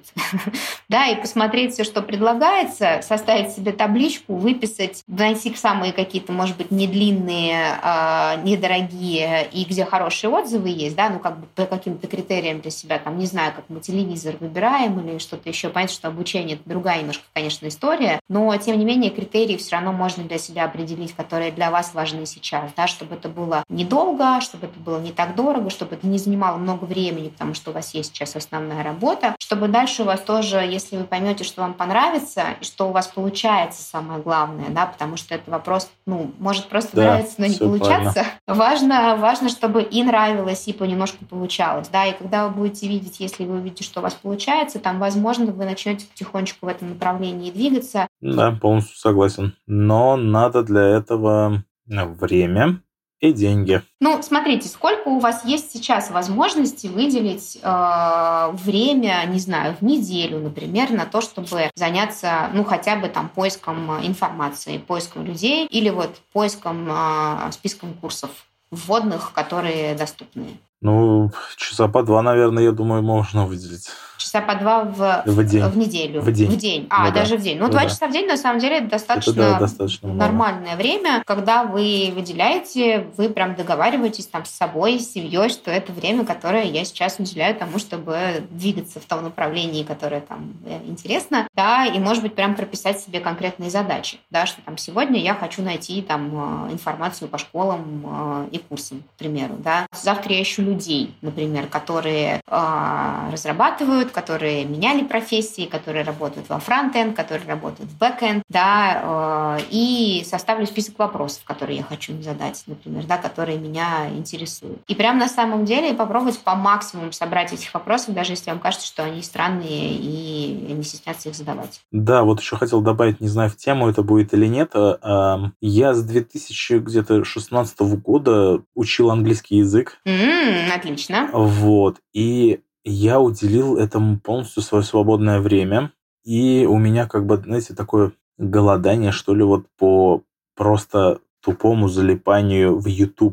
Да, и посмотреть все, что предлагается, составить себе табличку, выписать, найти самые какие-то, может быть, недлинные, э, недорогие и где хорошие отзывы есть, да, ну, как бы по каким-то критериям для себя, там, не знаю, как мы телевизор выбираем или что-то еще. Понятно, что обучение — это другая немножко, конечно, история, но, тем не менее, критерии все равно можно для себя определить, которые для вас важны сейчас, да, чтобы это было недолго, чтобы это было не так дорого, чтобы это не занимало много времени, потому что у вас есть сейчас основная работа, чтобы дальше у вас тоже, если вы поймете, что вам понравится, и что у вас получается, самое главное, да, потому что это вопрос, ну, может просто да, нравиться, но не получаться. Важно, важно, чтобы и нравилось, и понемножку получалось, да, и когда вы будете видеть, если вы увидите, что у вас получается, там, возможно, вы начнете потихонечку в этом направлении двигаться. Да, полностью согласен. Но надо для этого время и деньги. Ну, смотрите, сколько у вас есть сейчас возможности выделить э, время, не знаю, в неделю, например, на то, чтобы заняться, ну, хотя бы там поиском информации, поиском людей или вот поиском, э, списком курсов вводных, которые доступны? Ну, часа по два, наверное, я думаю, можно выделить. Часа по два в, в, день. в неделю. В день. В день. А, ну, даже да. в день. Ну, ну два да. часа в день, на самом деле, это достаточно, это, да, достаточно нормальное много. время, когда вы выделяете, вы прям договариваетесь там с собой, с семьей, что это время, которое я сейчас уделяю тому, чтобы двигаться в том направлении, которое там интересно, да, и, может быть, прям прописать себе конкретные задачи, да, что там сегодня я хочу найти там информацию по школам и курсам, к примеру, да. Завтра я ищу людей, например, которые э, разрабатывают, которые меняли профессии, которые работают во фронт-энд, которые работают в бэк-энд, да, э, и составлю список вопросов, которые я хочу им задать, например, да, которые меня интересуют. И прям на самом деле попробовать по максимуму собрать этих вопросов, даже если вам кажется, что они странные, и не стесняться их задавать. Да, вот еще хотел добавить, не знаю, в тему это будет или нет. Я с две тысячи шестнадцатого года учил английский язык. Mm, отлично. Вот. И я уделил этому полностью свое свободное время. И у меня, как бы, знаете, такое голодание, что ли, вот по просто тупому залипанию в YouTube.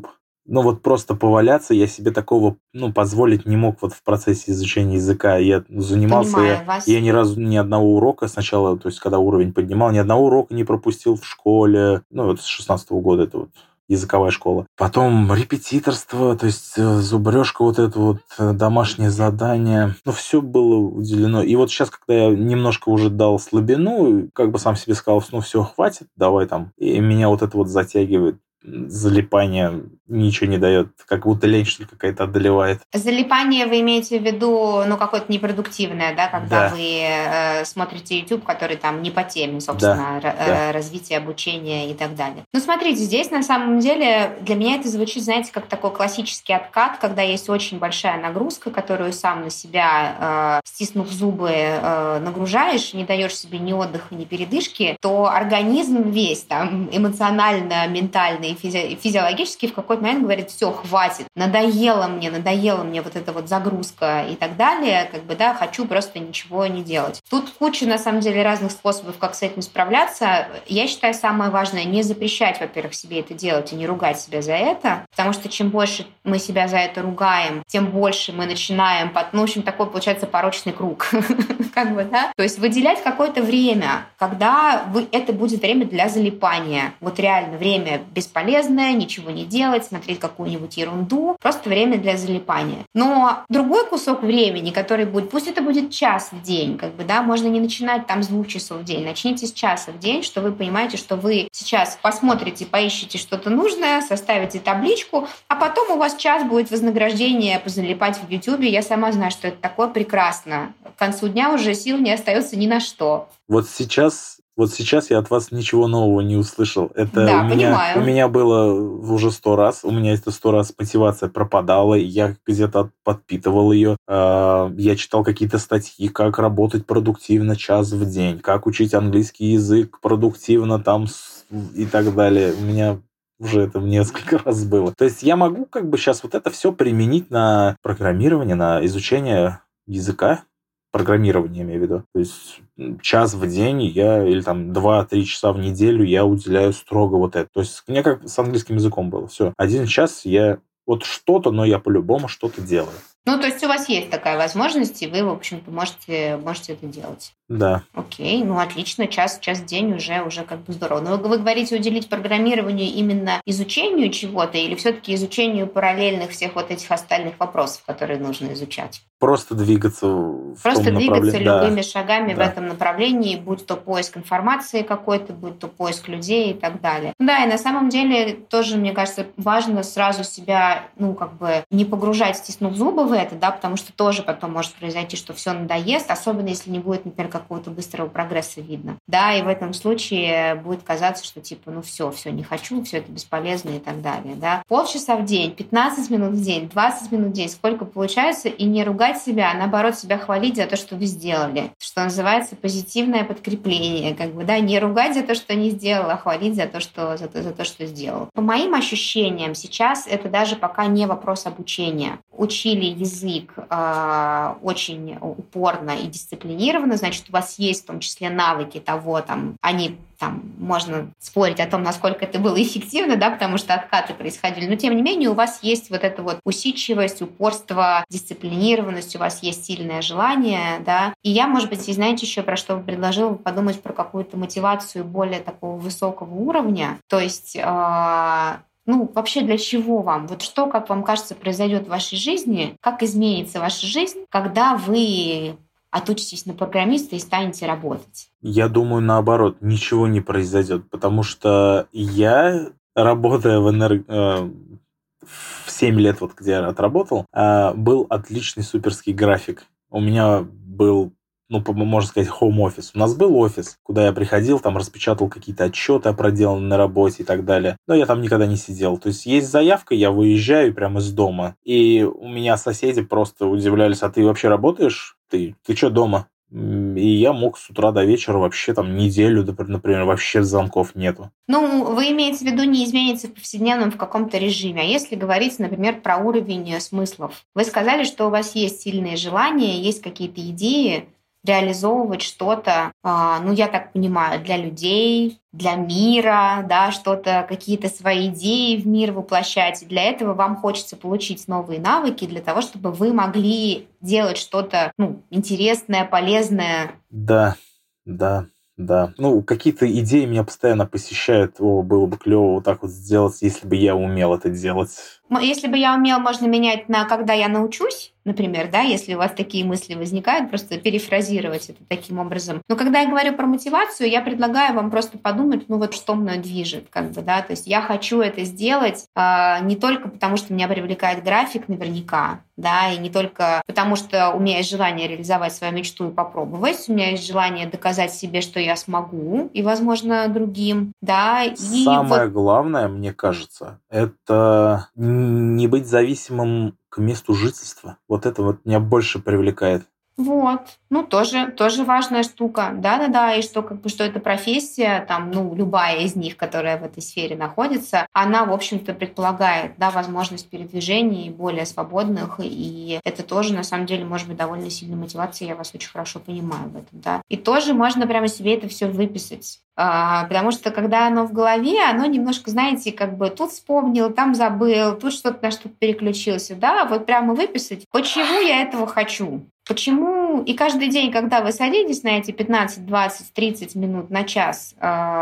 ну вот просто поваляться я себе такого, ну, позволить не мог вот в процессе изучения языка. Я занимался, Понимаю я, вас. я ни разу ни одного урока сначала, то есть когда уровень поднимал, ни одного урока не пропустил в школе. Ну, вот с шестнадцатого года это вот языковая школа. Потом репетиторство, то есть зубрежка, вот это вот домашнее задание. Ну, все было уделено. И вот сейчас, когда я немножко уже дал слабину, как бы сам себе сказал, ну, все, хватит, давай там. И меня вот это вот затягивает. Залипание ничего не дает, как будто лень, что ли, какая-то одолевает. Залипание вы имеете в виду, ну, какое-то непродуктивное, да, когда Да. вы э, смотрите YouTube, который там не по теме, собственно, Да, р- да. э, развитие, обучение и так далее. Ну, смотрите, здесь на самом деле для меня это звучит, знаете, как такой классический откат, когда есть очень большая нагрузка, которую сам на себя, э, стиснув зубы, э, нагружаешь, не даешь себе ни отдыха, ни передышки, то организм весь там эмоционально, ментально и физи- физиологически в какой-то момент говорит: все, хватит, надоело мне, надоела мне вот эта вот загрузка и так далее, как бы, да, хочу просто ничего не делать. Тут куча, на самом деле, разных способов, как с этим справляться. Я считаю, самое важное — не запрещать, во-первых, себе это делать и не ругать себя за это, потому что чем больше мы себя за это ругаем, тем больше мы начинаем, под, ну, в общем, такой получается порочный круг, как бы, да. То есть выделять какое-то время, когда вы, это будет время для залипания. Вот реально время бесполезное, ничего не делать, смотреть какую-нибудь ерунду, просто время для залипания. Но другой кусок времени, который будет, пусть это будет час в день, как бы, да, можно не начинать там с двух часов в день, начните с часа в день, что вы понимаете, что вы сейчас посмотрите, поищите что-то нужное, составите табличку, а потом у вас час будет вознаграждение позалипать в Ютубе. Я сама знаю, что это такое прекрасно. К концу дня уже сил не остается ни на что. Вот сейчас, вот сейчас я от вас ничего нового не услышал. Это Да, у меня, понимаю. у меня было уже сто раз. У меня это сто раз мотивация пропадала. Я где-то подпитывал ее. Я читал какие-то статьи, как работать продуктивно час в день, как учить английский язык продуктивно там и так далее. У меня уже это несколько раз было. То есть я могу как бы сейчас вот это все применить на программирование, на изучение языка. Программирование, я имею в виду. То есть час в день я, или там два-три часа в неделю я уделяю строго вот это. То есть у меня как с английским языком было. Все. Один час я вот что-то, но я по-любому что-то делаю. Ну, то есть у вас есть такая возможность, и вы, в общем-то, можете, можете это делать. Да. Окей, ну отлично, час, час в день уже, уже как бы здорово. Но вы, вы говорите уделить программированию именно изучению чего-то или все-таки изучению параллельных всех вот этих остальных вопросов, которые нужно изучать? Просто двигаться в Просто том двигаться направлении. любыми Да. шагами Да. в этом направлении, будь то поиск информации какой-то, будь то поиск людей и так далее. Да, и на самом деле тоже, мне кажется, важно сразу себя, ну, как бы не погружать, стиснув зубы в это, да, потому что тоже потом может произойти, что все надоест, особенно если не будет, например, какого-то быстрого прогресса видно. Да, и в этом случае будет казаться, что типа, ну все, все, не хочу, все это бесполезно и так далее, да. Полчаса в день, пятнадцать минут в день, двадцать минут в день, сколько получается, и не ругать себя, а наоборот себя хвалить за то, что вы сделали, что называется позитивное подкрепление, как бы, да, не ругать за то, что не сделал, а хвалить за то, что, за то, за то, что сделал. По моим ощущениям, сейчас это даже пока не вопрос обучения. Учили язык э, очень упорно и дисциплинированно, значит, у вас есть в том числе навыки того, там, они там, можно спорить о том, насколько это было эффективно, да, потому что откаты происходили, но тем не менее у вас есть вот эта вот усидчивость, упорство, дисциплинированность, у вас есть сильное желание, да, и я, может быть, и знаете еще про что предложила подумать про какую-то мотивацию более такого высокого уровня, то есть э, ну, вообще для чего вам? Вот что, как вам кажется, произойдет в вашей жизни, как изменится ваша жизнь, когда вы отучитесь на программиста и станете работать? Я думаю, наоборот, ничего не произойдет, потому что я, работая в энерго... в семь лет, вот где я отработал, был отличный суперский график. У меня был, ну, можно сказать, хоум-офис. У нас был офис, куда я приходил, там распечатал какие-то отчеты о проделанной на работе и так далее. Но я там никогда не сидел. То есть есть заявка, я выезжаю прямо из дома. И у меня соседи просто удивлялись: а ты вообще работаешь? Ты, ты что, дома? И я мог с утра до вечера вообще там неделю, например, вообще звонков нету. Ну, вы имеете в виду не изменится в повседневном в каком-то режиме. А если говорить, например, про уровень смыслов? Вы сказали, что у вас есть сильные желания, есть какие-то идеи, реализовывать что-то, ну, я так понимаю, для людей, для мира, да, что-то, какие-то свои идеи в мир воплощать. И для этого вам хочется получить новые навыки для того, чтобы вы могли делать что-то, ну, интересное, полезное. Да, да. Да, ну, какие-то идеи меня постоянно посещают. О, было бы клево вот так вот сделать, если бы я умел это делать. Если бы я умел, можно менять на «когда я научусь», например, да, если у вас такие мысли возникают, просто перефразировать это таким образом. Но когда я говорю про мотивацию, я предлагаю вам просто подумать, ну вот что мной движет, как бы, да, то есть я хочу это сделать э, не только потому, что меня привлекает график наверняка, да, и не только потому, что у меня есть желание реализовать свою мечту и попробовать, у меня есть желание доказать себе, что я смогу, и, возможно, другим, да. И самое вот... главное, мне кажется, это не быть зависимым к месту жительства. Вот это вот меня больше привлекает. Вот, ну тоже, тоже важная штука, да-да-да, и что как бы что эта профессия, там, ну любая из них, которая в этой сфере находится, она, в общем-то, предполагает, да, возможность передвижений более свободных, и это тоже, на самом деле, может быть довольно сильной мотивацией, я вас очень хорошо понимаю в этом, да. И тоже можно прямо себе это все выписать. А, потому что когда оно в голове, оно немножко, знаете, как бы тут вспомнил, там забыл, тут что-то на что-то переключился, да, вот прямо выписать, почему я этого хочу. Почему? И каждый день, когда вы садитесь на эти пятнадцать, двадцать, тридцать минут на час,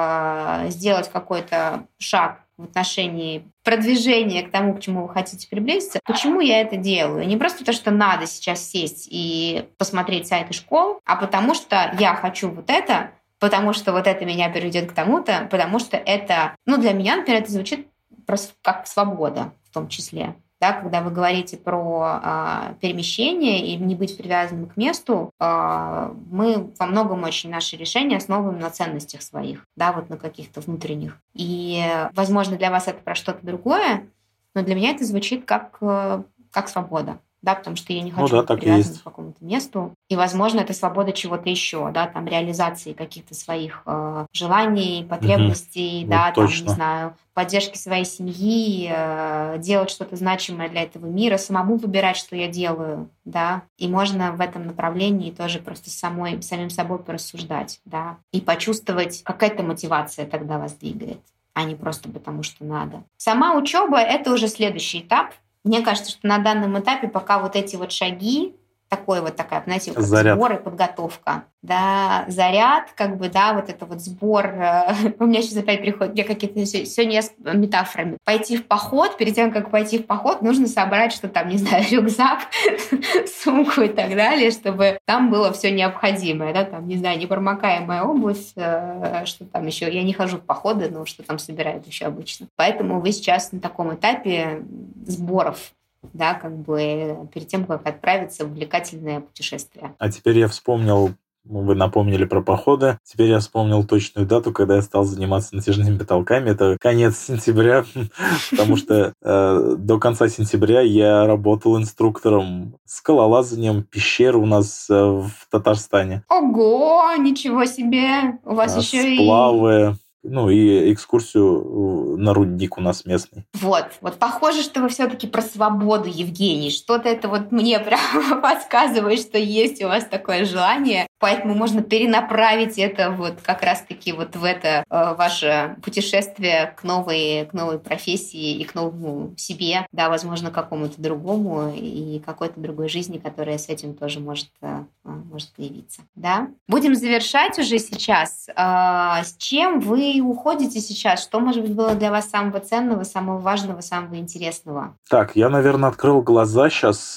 э, сделать какой-то шаг в отношении продвижения к тому, к чему вы хотите приблизиться, почему я это делаю? Не просто то, что надо сейчас сесть и посмотреть сайты школ, а потому что я хочу вот это, потому что вот это меня приведет к тому-то, потому что это, ну, для меня, например, это звучит просто как свобода в том числе. Да, когда вы говорите про э, перемещение и не быть привязанным к месту, э, мы во многом очень наши решения основываем на ценностях своих, да, вот на каких-то внутренних. И, возможно, для вас это про что-то другое, но для меня это звучит как, э, как свобода. Да, потому что я не хочу ну, да, быть привязана к какому-то месту. И, возможно, это свобода чего-то еще, да, там, реализации каких-то своих э, желаний, потребностей, угу. да, вот там, точно. не знаю, поддержки своей семьи, э, делать что-то значимое для этого мира, самому выбирать, что я делаю, да. И можно в этом направлении тоже просто самой, самим собой порассуждать, да, и почувствовать, какая-то мотивация тогда вас двигает, а не просто потому, что надо. Сама учеба — это уже следующий этап. Мне кажется, что на данном этапе пока вот эти вот шаги, такой вот такая, знаете, как сбор и подготовка, да, заряд, как бы, да, вот это вот сбор. У меня сейчас опять приходят мне какие-то сегодня я с метафорами. Пойти в поход, перед тем, как пойти в поход, нужно собрать, что там, не знаю, рюкзак, сумку и так далее, чтобы там было все необходимое, да, там, не знаю, непромокаемая обувь, что там еще. Я не хожу в походы, но что там собирают еще обычно. Поэтому вы сейчас на таком этапе сборов, да, как бы перед тем, как отправиться в увлекательное путешествие. А теперь я вспомнил, вы напомнили про походы, теперь я вспомнил точную дату, когда я стал заниматься натяжными потолками. Это конец сентября, потому что э, до конца сентября я работал инструктором скалолазанием пещер у нас э, в Татарстане. Ого, ничего себе! У вас а, еще сплавы. И... Ну, и экскурсию на рудник у нас местный. Вот, вот похоже, что вы все-таки про свободу, Евгений. Что-то это вот мне прямо подсказывает, что есть у вас такое желание. Поэтому можно перенаправить это вот как раз-таки вот в это э, ваше путешествие к новой, к новой профессии и к новому себе, да, возможно, какому-то другому и какой-то другой жизни, которая с этим тоже может, э, может появиться. Да? Будем завершать уже сейчас. Э, с чем вы уходите сейчас? Что, может быть, было для вас самого ценного, самого важного, самого интересного? Так, я, наверное, открыл глаза сейчас.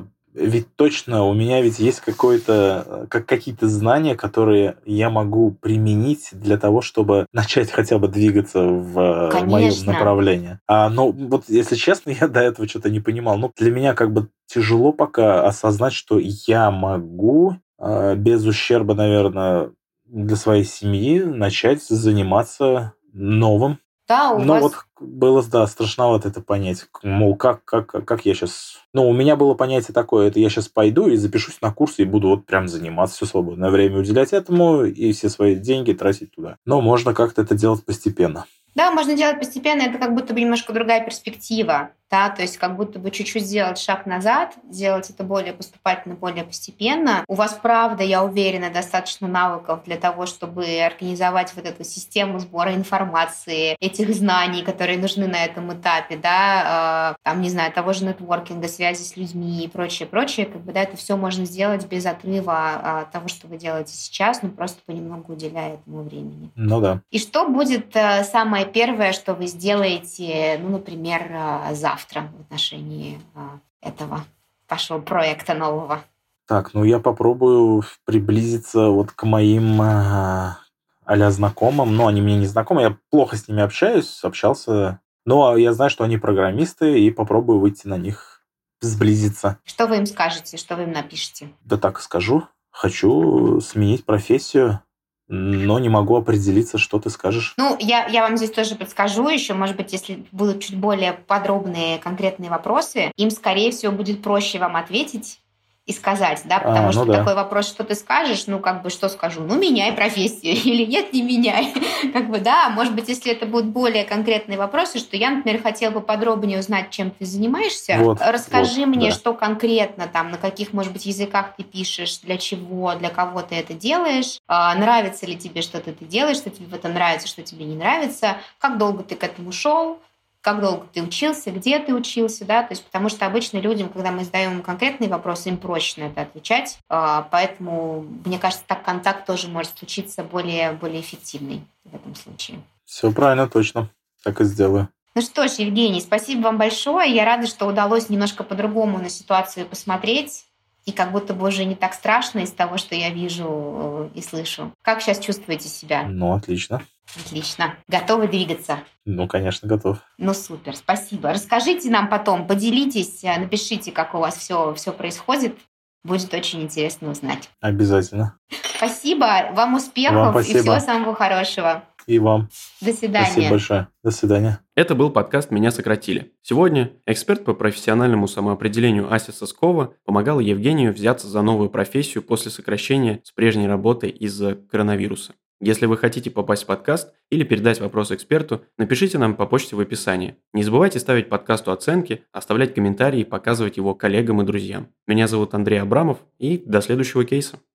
Ведь точно у меня ведь есть какое-то, как какие-то знания, которые я могу применить для того, чтобы начать хотя бы двигаться в, в моем направлении. А, но вот, если честно, я до этого что-то не понимал. Ну, для меня как бы тяжело пока осознать, что я могу без ущерба, наверное, для своей семьи начать заниматься новым. Да, у ну вас... вот было, да, страшновато это понять. Мол, как, как, как я сейчас... Ну, у меня было понятие такое, это я сейчас пойду и запишусь на курсы и буду вот прям заниматься, все свободное время уделять этому и все свои деньги тратить туда. Но можно как-то это делать постепенно. Да, можно делать постепенно, это как будто бы немножко другая перспектива. Да, то есть как будто бы чуть-чуть сделать шаг назад, сделать это более поступательно, более постепенно. У вас, правда, я уверена, достаточно навыков для того, чтобы организовать вот эту систему сбора информации, этих знаний, которые нужны на этом этапе, да, э, там, не знаю, того же нетворкинга, связи с людьми и прочее, прочее, как бы, да, это все можно сделать без отрыва от того, что вы делаете сейчас, ну, просто понемногу уделяя этому времени. Ну да. И что будет э, самое первое, что вы сделаете, ну, например, э, завтра в отношении а, этого вашего проекта нового? Так, ну я попробую приблизиться вот к моим а, а-ля знакомым. Ну, они мне не знакомы, я плохо с ними общаюсь, общался. Но я знаю, что они программисты, и попробую выйти на них, сблизиться. Что вы им скажете, что вы им напишете? Да так скажу. Хочу сменить профессию, но не могу определиться, что ты скажешь. Ну, я, я вам здесь тоже подскажу еще, может быть, если будут чуть более подробные, конкретные вопросы, им, скорее всего, будет проще вам ответить и сказать, да, потому А, что ну да. такой вопрос, что ты скажешь, ну, как бы, что скажу? Ну, меняй профессию, или нет, не меняй. Как бы, да, может быть, если это будут более конкретные вопросы, что я, например, хотела бы подробнее узнать, чем ты занимаешься, Вот, расскажи вот, мне, да. что конкретно там, на каких, может быть, языках ты пишешь, для чего, для кого ты это делаешь, а, нравится ли тебе что-то ты делаешь, что тебе в этом нравится, что тебе не нравится, как долго ты к этому шел, как долго ты учился, где ты учился, да, то есть потому что обычно людям, когда мы задаем им конкретные вопросы, им проще на это отвечать, поэтому, мне кажется, так контакт тоже может случиться более, более эффективный в этом случае. Все правильно, точно. Так и сделаю. Ну что ж, Евгений, спасибо вам большое. Я рада, что удалось немножко по-другому на ситуацию посмотреть. И как будто бы уже не так страшно из того, что я вижу и слышу. Как сейчас чувствуете себя? Ну, отлично. Отлично. Готовы двигаться? Ну, конечно, готов. Ну, супер, спасибо. Расскажите нам потом, поделитесь, напишите, как у вас все, все происходит. Будет очень интересно узнать. Обязательно. Спасибо, вам успехов Вам спасибо. И всего самого хорошего. И вам. До свидания. Спасибо большое. До свидания. Это был подкаст «Меня сократили». Сегодня эксперт по профессиональному самоопределению Ася Соскова помогала Евгению взяться за новую профессию после сокращения с прежней работы из-за коронавируса. Если вы хотите попасть в подкаст или передать вопрос эксперту, напишите нам по почте в описании. Не забывайте ставить подкасту оценки, оставлять комментарии и показывать его коллегам и друзьям. Меня зовут Андрей Абрамов, и до следующего кейса.